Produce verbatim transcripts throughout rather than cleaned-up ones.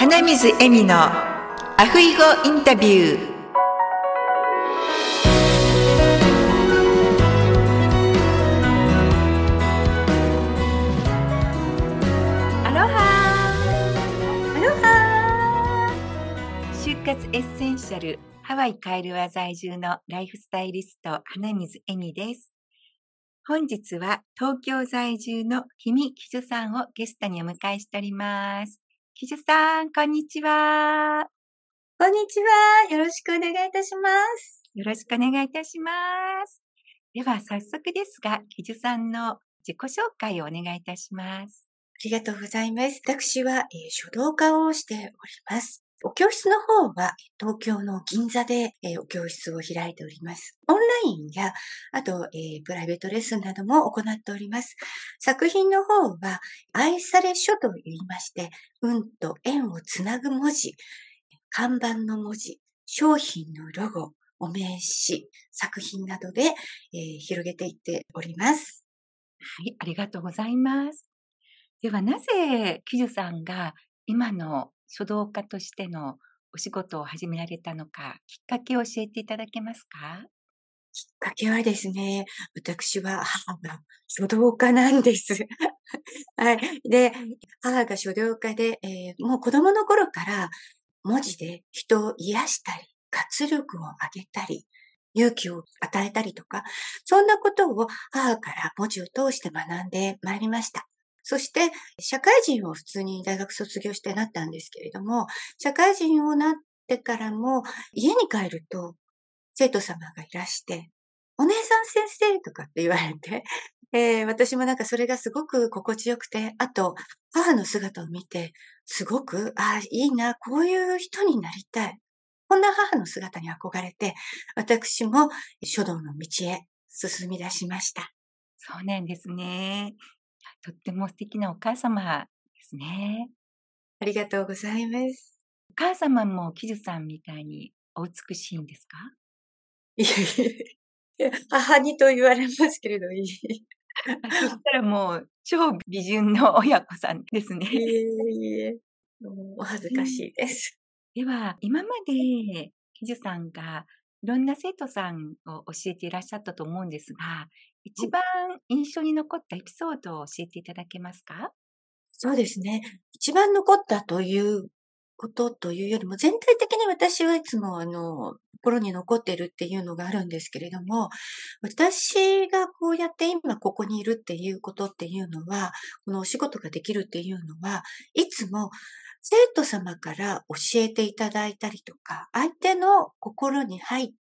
花水恵美のアフイゴインタビュー。アロハアロハ就活エッセンシャルハワイカイルワ在住のライフスタイリスト花水恵美です。本日は東京在住の氷見喜寿さんをゲストにお迎えしております。喜寿さん、こんにちは。 こんにちは。よろしくお願いいたします。 よろしくお願いいたします。では早速ですが、喜寿さんの自己紹介をお願いいたします。 ありがとうございます。私は、えー、書道家をしております。お教室の方は東京の銀座で、えー、お教室を開いております。オンラインや、あと、えー、プライベートレッスンなども行っております。作品の方は、愛され書と言いまして、運と縁をつなぐ文字、看板の文字、商品のロゴ、お名刺、作品などで、えー、広げていっております。 はい、ありがとうございます。ではなぜ喜寿さんが今の書道家としてのお仕事を始められたのか、きっかけを教えていただけますか？ きっかけはですね、私は母が書道家なんです。はい。で、母が書道家で、えー、もう子供の頃から文字で人を癒したり、活力を上げたり、勇気を与えたりとか、そんなことを母から文字を通して学んでまいりました。そして、社会人を普通に大学卒業してなったんですけれども、社会人をなってからも家に帰ると生徒様がいらして、お姉さん先生とかって言われて、えー、私もなんかそれがすごく心地よくて、あと、母の姿を見て、すごく、ああ、いいな、こういう人になりたい。こんな母の姿に憧れて、私も書道の道へ進み出しました。 そうなんですね。とっても素敵なお母様ですね。 ありがとうございます。 お母様も喜寿さんみたいにお美しいんですか？ いえいえ、母にと言われますけれど、いい。 そしたらもう超美人の親子さんですね。 いえいえ、もうお恥ずかしいです。 では、今まで喜寿さんがいろんな生徒さんを教えていらっしゃったと思うんですが、一番印象に残ったエピソードを教えていただけますか？ そうですね。一番残ったということというよりも、全体的に私はいつもあの、心に残っているっていうのがあるんですけれども、私がこうやって今ここにいるっていうことっていうのは、このお仕事ができるっていうのは、いつも生徒様から教えていただいたりとか、相手の心に入って、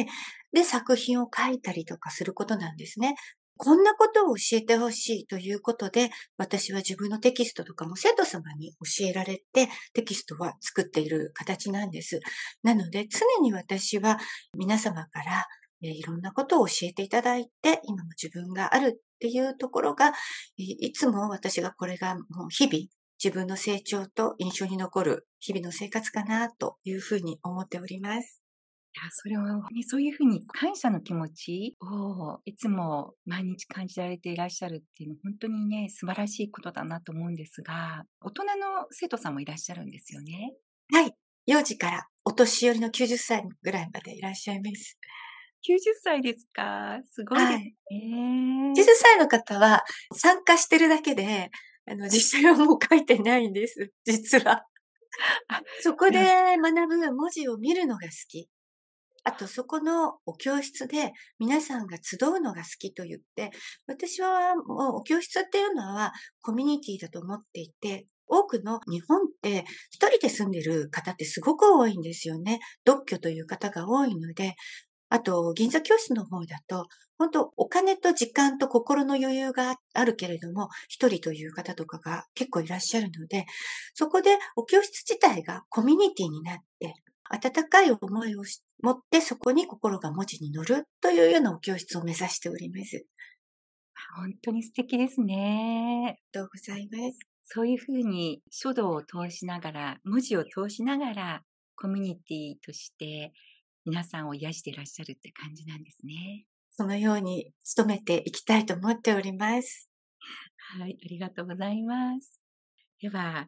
で、作品を書いたりとかすることなんですね。こんなことを教えてほしいということで、私は自分のテキストとかも生徒様に教えられて、テキストは作っている形なんです。なので、常に私は皆様から、えーいろんなことを教えていただいて、今も自分があるっていうところが、いいつも私がこれがもう日々、自分の成長と印象に残る日々の生活かなというふうに思っております。 いや、それはね、そういうふうに感謝の気持ちをいつも毎日感じられていらっしゃるっていうのは本当にね、素晴らしいことだなと思うんですが、大人の生徒さんもいらっしゃるんですよね。 はい。幼児からお年寄りのきゅうじゅっさいぐらいまでいらっしゃいます。 きゅうじゅっさいですか。すごいですはい。 ね。 きゅうじゅっさいの方は参加してるだけで、あの、実際はもう書いてないんです、実は。 あ、 そこいや、 で学ぶ文字を見るのが好き。あと、そこのお教室で皆さんが集うのが好きと言って、私はもうお教室っていうのはコミュニティだと思っていて、多くの日本って一人で住んでる方ってすごく多いんですよね。独居という方が多いので、あと、銀座教室の方だと、本当お金と時間と心の余裕があるけれども、一人という方とかが結構いらっしゃるので、そこでお教室自体がコミュニティになって、温かい思いをし持ってそこに心が文字に乗るというようなお教室を目指しております。 本当に素敵ですね。 ありがとうございます。 そういうふうに書道を通しながら、文字を通しながら、コミュニティとして皆さんを癒していらっしゃるって感じなんですね。 そのように努めていきたいと思っております。 はい、ありがとうございます。では、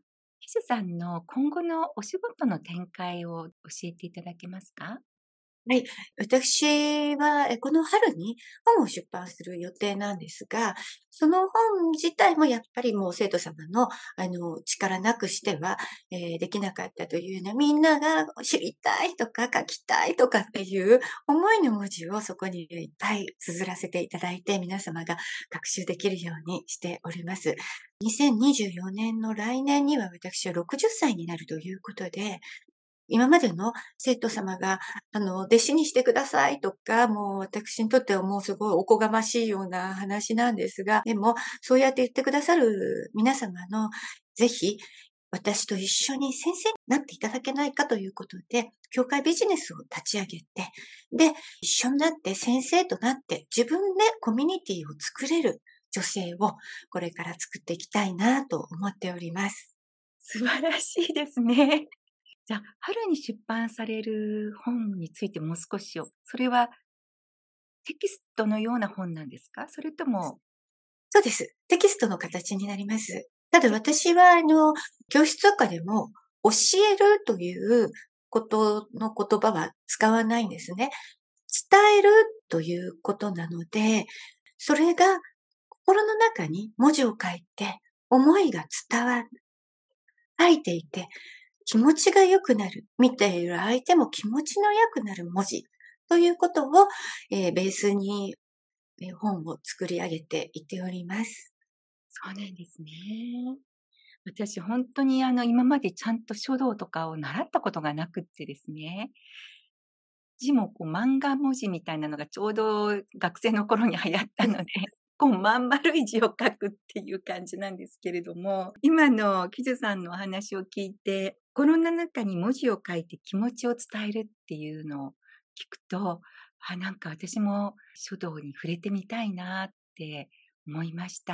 キシュさんの今後のお仕事の展開を教えていただけますか？ はい。私は、え、この春に本を出版する予定なんですが、その本自体もやっぱりもう生徒様の、あの、力なくしては、えーできなかったというような、みんなが知りたいとか書きたいとかっていう思いの文字をそこにいっぱい綴らせていただいて、皆様が学習できるようにしております。にせんにじゅうよねんの来年には私はろくじゅっさいになるということで、今までの生徒様が、あの、弟子にしてくださいとか、もう私にとってはもうすごいおこがましいような話なんですが、でも、そうやって言ってくださる皆様の、ぜひ、私と一緒に先生になっていただけないかということで、教会ビジネスを立ち上げて、で、一緒になって先生となって自分でコミュニティを作れる女性をこれから作っていきたいなと思っております。 素晴らしいですね。じゃあ、春に出版される本についてもう少しを、それはテキストのような本なんですか？それとも、 そうです。テキストの形になります。ただテ私は、あの、教室とかでも、教えるということの言葉は使わないんですね。伝えるということなので、それが心の中に文字を書いて、思いが伝わる。書いていて、気持ちが良くなる。見ている相手も気持ちの良くなる文字ということを、えーベースにえー本を作り上げていっております。 そうなんですね。私ほんとにあの、今までちゃんと書道とかを習ったことがなくってですね、字もこう漫画文字みたいなのがちょうど学生の頃に流行ったので、こうまん丸い字を書くっていう感じなんですけれども、今のキジュさんのお話を聞いて、心の中に文字を書いて気持ちを伝えるっていうのを聞くと、あ、なんか私も書道に触れてみたいなって思いました。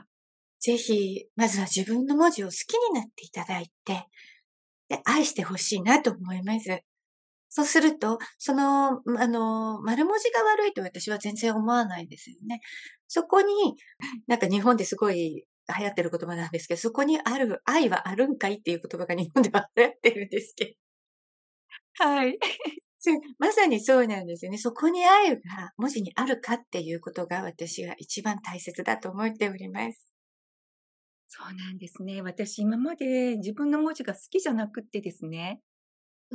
ぜひ、まずは自分の文字を好きになっていただいて、で、愛してほしいなと思います。そうすると、その、あの、丸文字が悪いと私は全然思わないんですよね。そこに、なんか日本ですごい流行ってる言葉なんですけど、そこにある愛はあるんかいっていう言葉が日本では流行ってるんですけど、 はい。 そう、まさにそうなんですよね。そこに愛が文字にあるかっていうことが私は一番大切だと思っております。 そうなんですね。私今まで自分の文字が好きじゃなくってですね、 うん。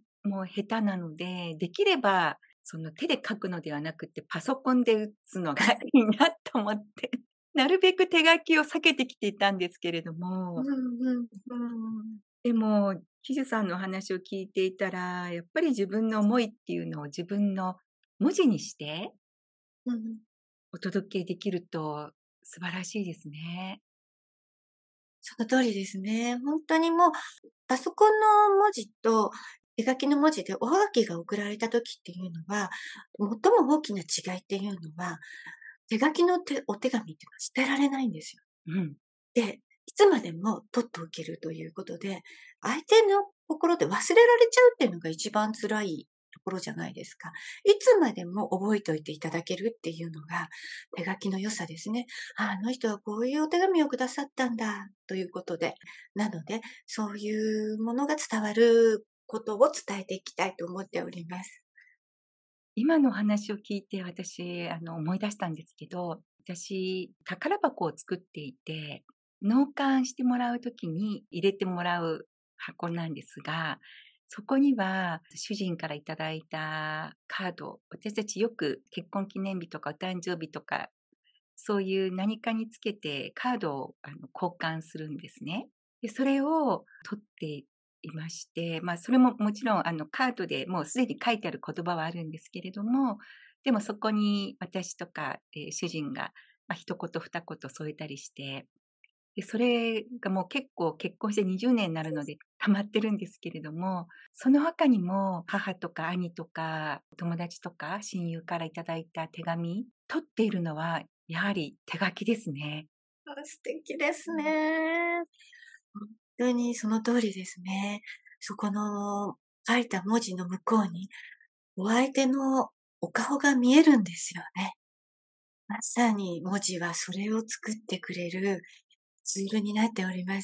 もう下手なので、できれば、その手で書くのではなくて、パソコンで打つのがいいなと思って、なるべく手書きを避けてきていたんですけれども、 うんうんうん。 でも、キジュさんのお話を聞いていたら、やっぱり自分の思いっていうのを自分の文字にしてうん。 お届けできると素晴らしいですね。 その通りですね。ほんとにもう、パソコンの文字と手書きの文字でおはがきが送られた時っていうのは、最も大きな違いっていうのは、手書きのてお手紙っていうのは捨てられないんですよ。 うん。 で、いつまでも取っておけるということで、相手の心で忘れられちゃうっていうのが一番辛いところじゃないですか。いつまでも覚えておいていただけるっていうのが手書きの良さですね。あ、あの人はこういうお手紙をくださったんだということで。なので、そういうものが伝わることを伝えていきたいと思っております。 今のお話を聞いて私、あの、思い出したんですけど、私、宝箱を作っていて、納棺してもらう時に入れてもらう箱なんですが、そこには主人からいただいたカード、私たちよく結婚記念日とかお誕生日とか、そういう何かにつけてカードをあの交換するんですね。で、それを取っていまして、まあ、それももちろんあのカードでもうすでに書いてある言葉はあるんですけれども、でもそこに私とか、えー主人が、まあ、一言二言添えたりして、で、それがもう結構結婚してにじゅうねんになるので溜まってるんですけれども、その他にも母とか兄とか友達とか親友からいただいた手紙、取っているのはやはり手書きですね。 あ、素敵ですね。ほんとにその通りですね。そこの書いた文字の向こうに、お相手のお顔が見えるんですよね。まさに文字はそれを作ってくれるツールになっております。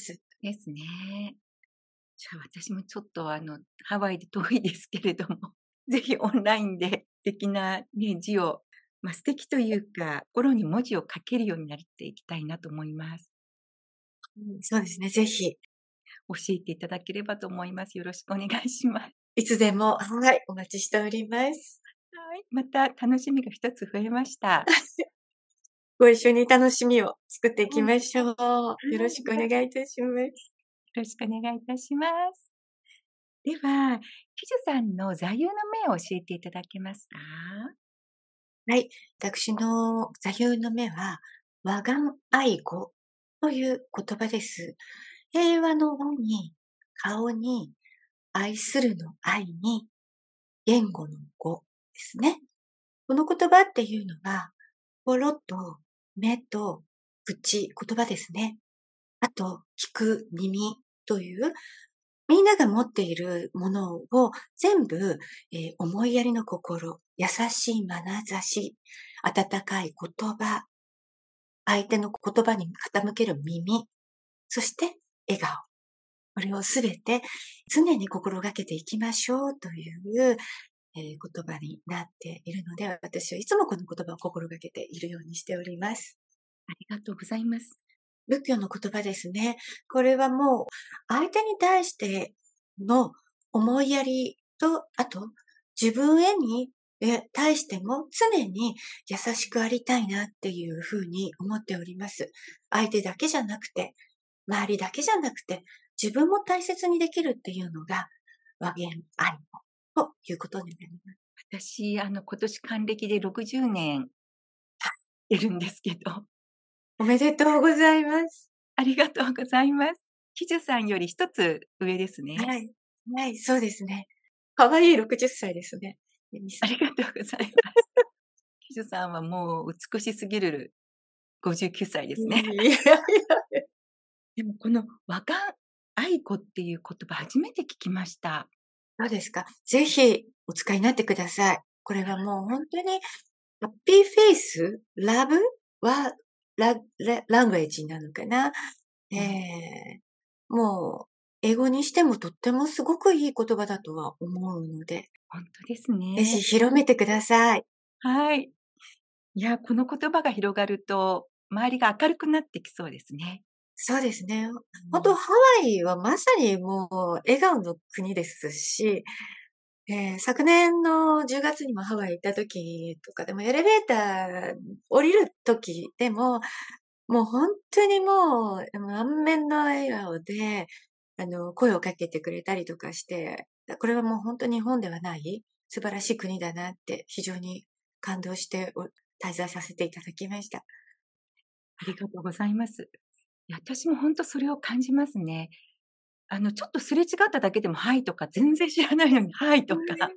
ですね。じゃあ私もちょっとあの、ハワイで遠いですけれども、ぜひオンラインで素敵なね、字を、ま、素敵というか、心に文字を書けるようになっていきたいなと思います。 うん、そうですね、ぜひ。 教えていただければと思います。よろしくお願いします。 いつでも、はい、お待ちしております。 はい、また楽しみが一つ増えました。 ご一緒に楽しみを作っていきはい。 ましょう。 はよろしくおい。 願いいたします。 よろしくお願いいたします。では、喜寿さんの座右の銘を教えていただけますか？ はい。私の座右の銘は、和顔愛語という言葉です。平和の和に、顔に、愛するの愛に、言語の語ですね。この言葉っていうのは、心と目と口、言葉ですね。あと、聞く耳という、みんなが持っているものを全部、えー思いやりの心、優しい眼差し、温かい言葉、相手の言葉に傾ける耳、そして笑顔。これをすべて常に心がけていきましょうという、えー言葉になっているので、私はいつもこの言葉を心がけているようにしております。 ありがとうございます。 仏教の言葉ですね。これはもう相手に対しての思いやりと、あと自分へにえ対しても常に優しくありたいなっていうふうに思っております。相手だけじゃなくて、周りだけじゃなくて、自分も大切にできるっていうのが和言愛ということになります。 私、あの、今年還暦でろくじゅうねんいるんですけど、 おめでとうございます。 ありがとうございます。喜寿さんより一つ上ですね。 はい。はい、そうですね。可愛いろくじゅっさいですね。ユミさん。 ありがとうございます。喜寿さんはもう美しすぎるごじゅうきゅっさいですね。 いやいや。 でもこの和漢愛子っていう言葉初めて聞きました。 そうですか。ぜひお使いになってください。これはもうほんとにハッピーフェイス、ラブは、ララランゲージなのかな。えうん、 え、もう英語にしてもとってもすごくいい言葉だとは思うので、 ほんとですぜひね。 広めてください。 はい。いや、この言葉が広がると、周りが明るくなってきそうですね。 そうですね。ほんとうん。 ハワイはまさにもう笑顔の国ですし、ええ、昨年のじゅうがつにもハワイ行った時とかでも、エレベーター降りる時でも、もうほんとにもう、あの、満面の笑顔で、あの、声をかけてくれたりとかして、これはもうほんと日本ではない素晴らしい国だなって非常に感動してお滞在させていただきました。 ありがとうございます。いや、私もほんとそれを感じますね。あの、ちょっとすれ違っただけでも、はいとか、全然知らないのに、はいとか、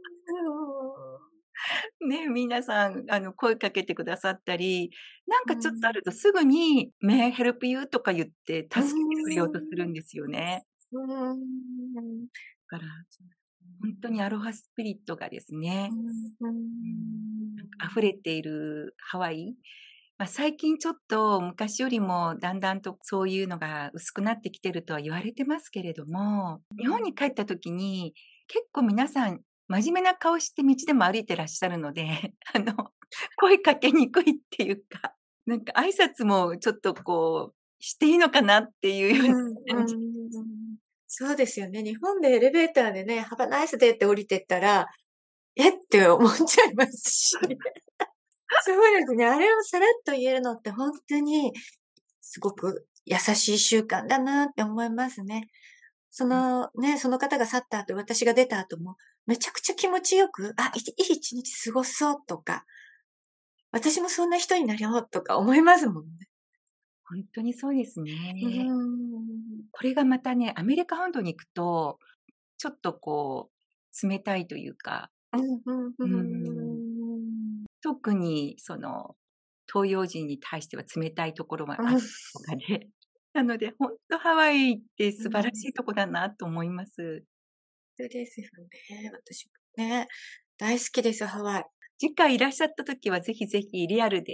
ね、皆さん、あの、声かけてくださったり、なんうかちょっとあん。 るとすぐに、May I help you? とか言ってうー助けてくれようとするん。 んですよね。 うーん。 だから、ほんとにアロハスピリットがですね、 うん、うーうん、なんかん。 溢れているハワイ、ま、最近ちょっと昔よりもだんだんとそういうのが薄くなってきてるとは言われてますけれども、日本に帰った時に、結構皆さん真面目な顔して道でも歩いてらっしゃるので、あの、声かけにくいっていうか、なんか挨拶もちょっとこう、していいのかなっていうようなうん、 感じ。 うん。そうですよね。日本でエレベーターでね、ハバナイスデーって降りてったら、えって思っちゃいますし。そうですね。あれをさらっと言えるのってほんとに、すごく優しい習慣だなって思いますね。そうん、 の、ね、その方が去った後、私が出た後も、めちゃくちゃ気持ちよく、あ、いいいいちにち過ごそうとか、私もそんな人になろうとか思いますもんね。 ほんとにそうですうーね。 ん。 これがまたね、アメリカ本土に行くと、ちょっとこう、冷たいというか、 うん、ふんふうーん、 ん。 特にその、東洋人に対しては冷たいところがあるうん。 とかで、なのでほんとハワイってうん。 素晴らしいとこだなと思います。 そうですよね。私もね、大好きです、ハワイ。 次回いらっしゃった時はぜひぜひリアルで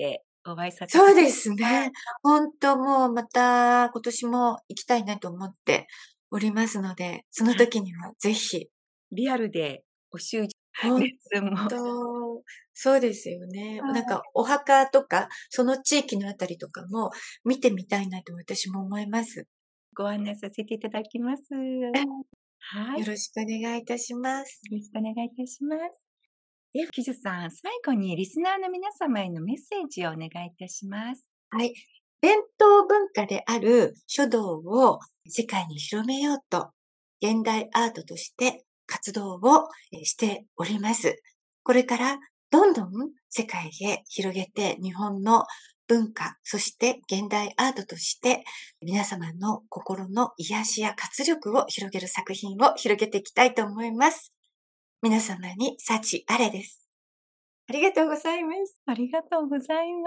お会いさせて。 そうですね。本当もうまた今年も行きたいなと思っておりますので、その時にはぜひ。 リアルでお習字ほんレッスンも。 と、そうですよね。 はい。 なんかお墓とか、その地域のあたりとかも見てみたいなと私も思います。 ご案内させていただきます。はい。 よろしくお願いいたします。 よろしくお願いいたします。では、キジュさん、最後にリスナーの皆様へのメッセージをお願いいたします。 はい。伝統文化である書道を世界に広めようと、現代アートとして活動をしております。これからどんどん世界へ広げて日本の文化、そして現代アートとして皆様の心の癒しや活力を広げる作品を広げていきたいと思います。皆様に幸あれです。ありがとうございます。 ありがとうございます。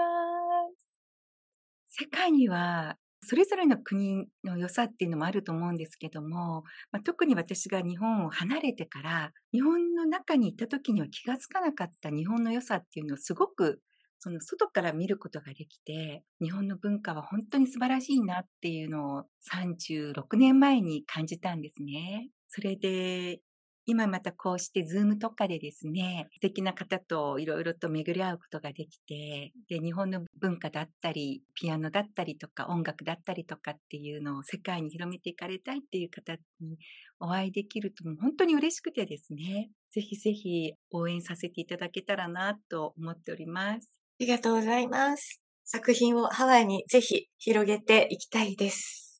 世界にはそれぞれの国の良さっていうのもあると思うんですけども、まあ、特に私が日本を離れてから、日本の中にいた時には気がつかなかった日本の良さっていうのをすごくその外から見ることができて、日本の文化は本当に素晴らしいなっていうのをさんじゅうろくねんまえに感じたんですね。それで、今またこうしてズームとかでですね、素敵な方といろいろと巡り合うことができて、で、日本の文化だったり、ピアノだったりとか、音楽だったりとかっていうのを世界に広めていかれたいっていう方にお会いできるともう本当に嬉しくてですね、ぜひぜひ応援させていただけたらなと思っております。 ありがとうございます。作品をハワイにぜひ広げていきたいです。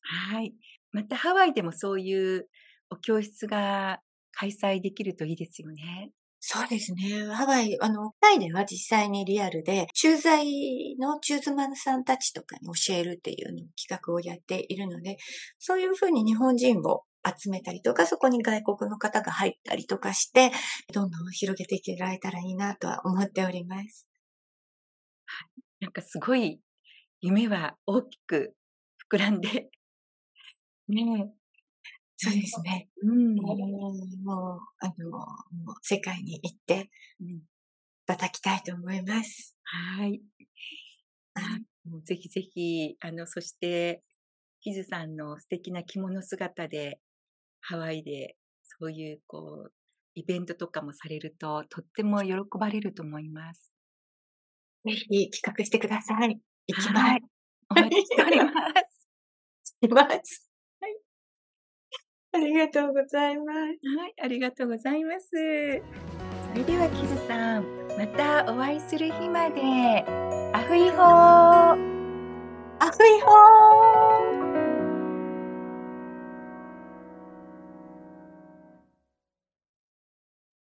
はい。またハワイでもそういうお教室が開催できるといいですよね。 そうですね。ハワイ、あの、タイでは実際にリアルで、駐在のチューズマンさんたちとかに教えるっていうの企画をやっているので、そういうふうに日本人を集めたりとか、そこに外国の方が入ったりとかして、どんどん広げていけられたらいいなとは思っております。 なんかすごい夢は大きく膨らんで、ねえ。 そうですね。 うん。 もう、もうあの、もう世界に行ってうん。 いただきたいと思います。 はい。 はい。 もうぜひぜひ、あの、そして、キズさんの素敵な着物姿で、ハワイでそういうこう、イベントとかもされると、とっても喜ばれると思います。 ぜひ企画してください。行きます。 はい。お待ちしております。 します。 はい。 ありがとうございます。 はい、ありがとうございます。それではキズさん、またお会いする日まで、アフイホー。 アフイホー。